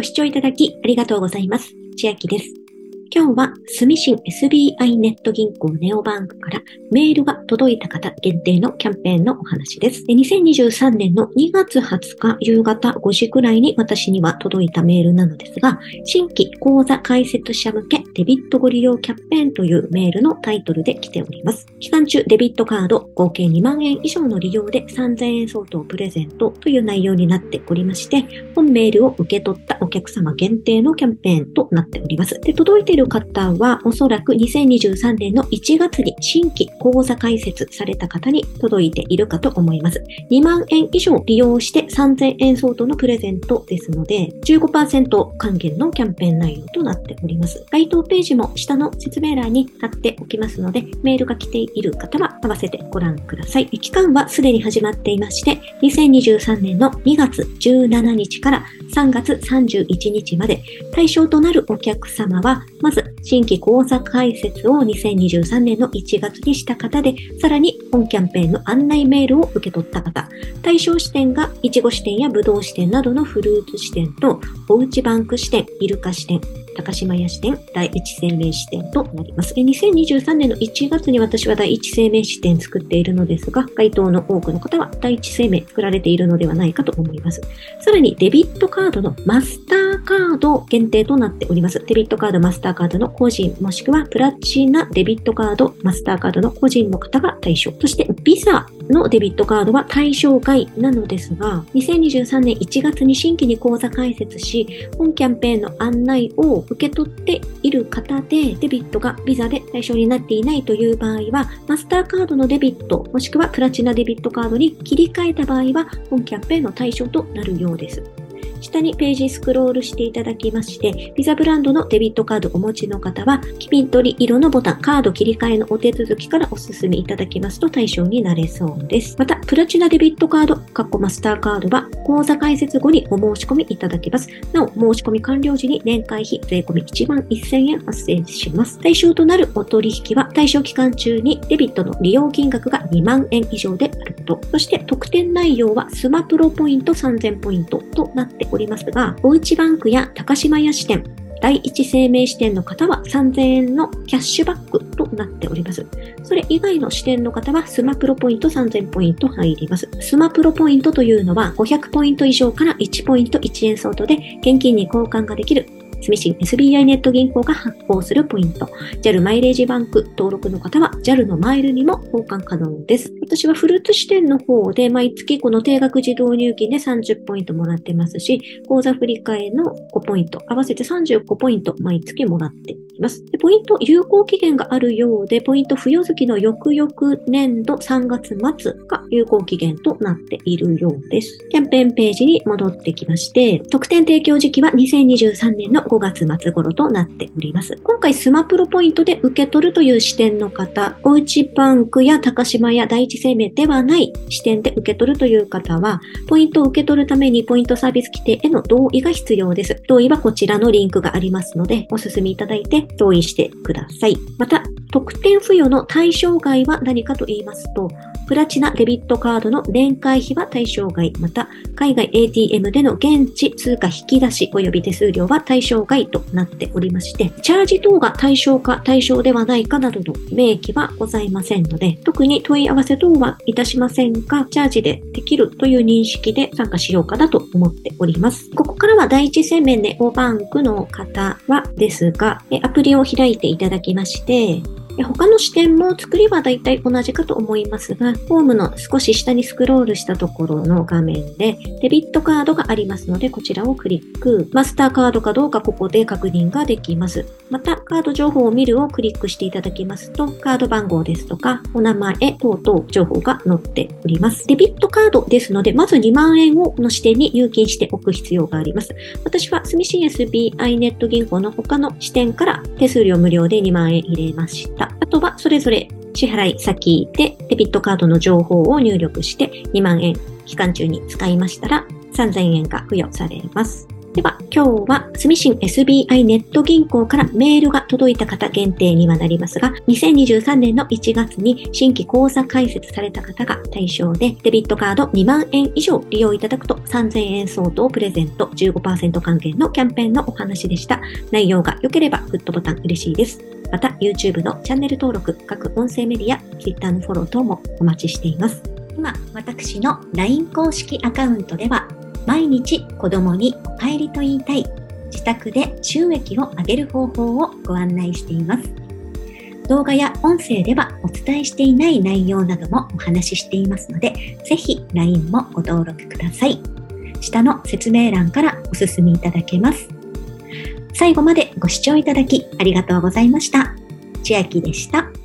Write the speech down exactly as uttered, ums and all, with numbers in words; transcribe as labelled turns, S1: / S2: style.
S1: ご視聴いただきありがとうございます。千秋です。今日は住信 エスビーアイ ネット銀行ネオバンクからメールが届いた方限定のキャンペーンのお話です。にせんにじゅうさんねんのにがつはつか夕方ごじくらいに私には届いたメールなのですが、新規口座開設者向けデビットご利用キャンペーンというメールのタイトルで来ております。期間中デビットカード合計にまんえん以上の利用でさんぜんえん相当プレゼントという内容になっておりまして、本メールを受け取ったお客様限定のキャンペーンとなっております。で、届いている方はおそらくにせんにじゅうさんねんのいちがつに新規口座開設された方に届いているかと思います。にまんえん以上利用してさんぜんえん相当のプレゼントですので じゅうごパーセント 還元のキャンペーン内容となっております。該当ページも下の説明欄に貼っておきますので、メールが来ている方は合わせてご覧ください。期間はすでに始まっていまして、にせんにじゅうさんねんのにがつじゅうしちにちからさんがつさんじゅういちにちまで、対象となるお客様はまず新規口座開設をにせんにじゅうさんねんのいちがつにした方で、さらに本キャンペーンの案内メールを受け取った方、対象支店がいちご支店やぶどう支店などのフルーツ支店と、おうちバンク支店、イルカ支店、高島屋支店、第一生命支店となります。にせんにじゅうさんねんのいちがつに私は第一生命支店作っているのですが、該当の多くの方は第一生命作られているのではないかと思います。さらにデビットカードのマスターカード限定となっております。デビットカード、マスターカードの個人もしくはプラチナデビットカード、マスターカードの個人の方が対象。そしてビザのデビットカードは対象外なのですが、にせんにじゅうさんねんいちがつに新規に口座開設し、本キャンペーンの案内を受け取っている方で、デビットがビザで対象になっていないという場合は、マスターカードのデビットもしくはプラチナデビットカードに切り替えた場合は、本キャンペーンの対象となるようです。下にページスクロールしていただきまして、ビザブランドのデビットカードをお持ちの方は、黄ピン取り色のボタン、カード切り替えのお手続きからお進みいただきますと対象になれそうです。また、プラチナデビットカード、かっこマスターカードは、口座開設後にお申し込みいただけます。なお、申し込み完了時に年会費税込みいちまんせんえん発生します。対象となるお取引は、対象期間中にデビットの利用金額がにまんえん以上であること。そして、特典内容はスマプロポイントさんぜんポイントとなっておりますが、おうちバンクや高島屋支店、第一生命支店の方はさんぜんえんのキャッシュバックとなっております。それ以外の支店の方はスマプロポイントさんぜんポイント入ります。スマプロポイントというのはごひゃくポイント以上からいちポイントいちえん相当で現金に交換ができる住信 エスビーアイ ネット銀行が発行するポイント。ジャル マイレージバンク登録の方は ジャル のマイルにも交換可能です。私はフルーツ支店の方で毎月この定額自動入金でさんじゅっポイントもらってますし、口座振替のごポイント、合わせてさんじゅうごポイント毎月もらっています。でポイント有効期限があるようで、ポイント付与月の翌々年度さんがつ末が有効期限となっているようです。キャンペーンページに戻ってきまして、特典提供時期はにせんにじゅうさんねんのごがつ末頃となっております。今回スマプロポイントで受け取るという視点の方、おうちバンクや高島屋第一生命ではない視点で受け取るという方は、ポイントを受け取るためにポイントサービス規定への同意が必要です。同意はこちらのリンクがありますので、お進みいただいて同意してください。また、特典付与の対象外は何かと言いますと、プラチナデビットカードの年会費は対象外、また海外 エーティーエム での現地通貨引き出し及び手数料は対象外となっておりまして、チャージ等が対象か対象ではないかなどの明記はございませんので、特に問い合わせ等はいたしませんが、チャージでできるという認識で参加しようかなと思っております。ここからは第一生命ネオバンクの方はですが、アプリを開いていただきまして、他の視点も作りはだいたい同じかと思いますが、ホームの少し下にスクロールしたところの画面でデビットカードがありますので、こちらをクリック。マスターカードかどうかここで確認ができます。また、カード情報を見るをクリックしていただきますと、カード番号ですとか、お名前等々情報が載っております。デビットカードですので、まずにまんえんをこの支店に入金しておく必要があります。私は住信 エスビーアイ ネット銀行の他の支店から手数料無料でにまんえん入れました。あとはそれぞれ支払い先でデビットカードの情報を入力してにまんえん期間中に使いましたらさんぜんえんが付与されます。 では、今日は住信 エスビーアイ ネット銀行からメールが届いた方限定にはなりますが、にせんにじゅうさんねんのいちがつに新規口座開設された方が対象で、デビットカードにまんえん以上利用いただくとさんぜんえん相当プレゼント じゅうごパーセント 還元のキャンペーンのお話でした。内容が良ければグッドボタン嬉しいです。また YouTube のチャンネル登録、各音声メディア、Twitter のフォロー等もお待ちしています。今、私の ライン 公式アカウントでは、毎日子供にお帰りと言いたい、自宅で収益を上げる方法をご案内しています。動画や音声ではお伝えしていない内容などもお話ししていますので、ぜひ ライン もご登録ください。下の説明欄からお進みいただけます。最後までご視聴いただきありがとうございました。千秋でした。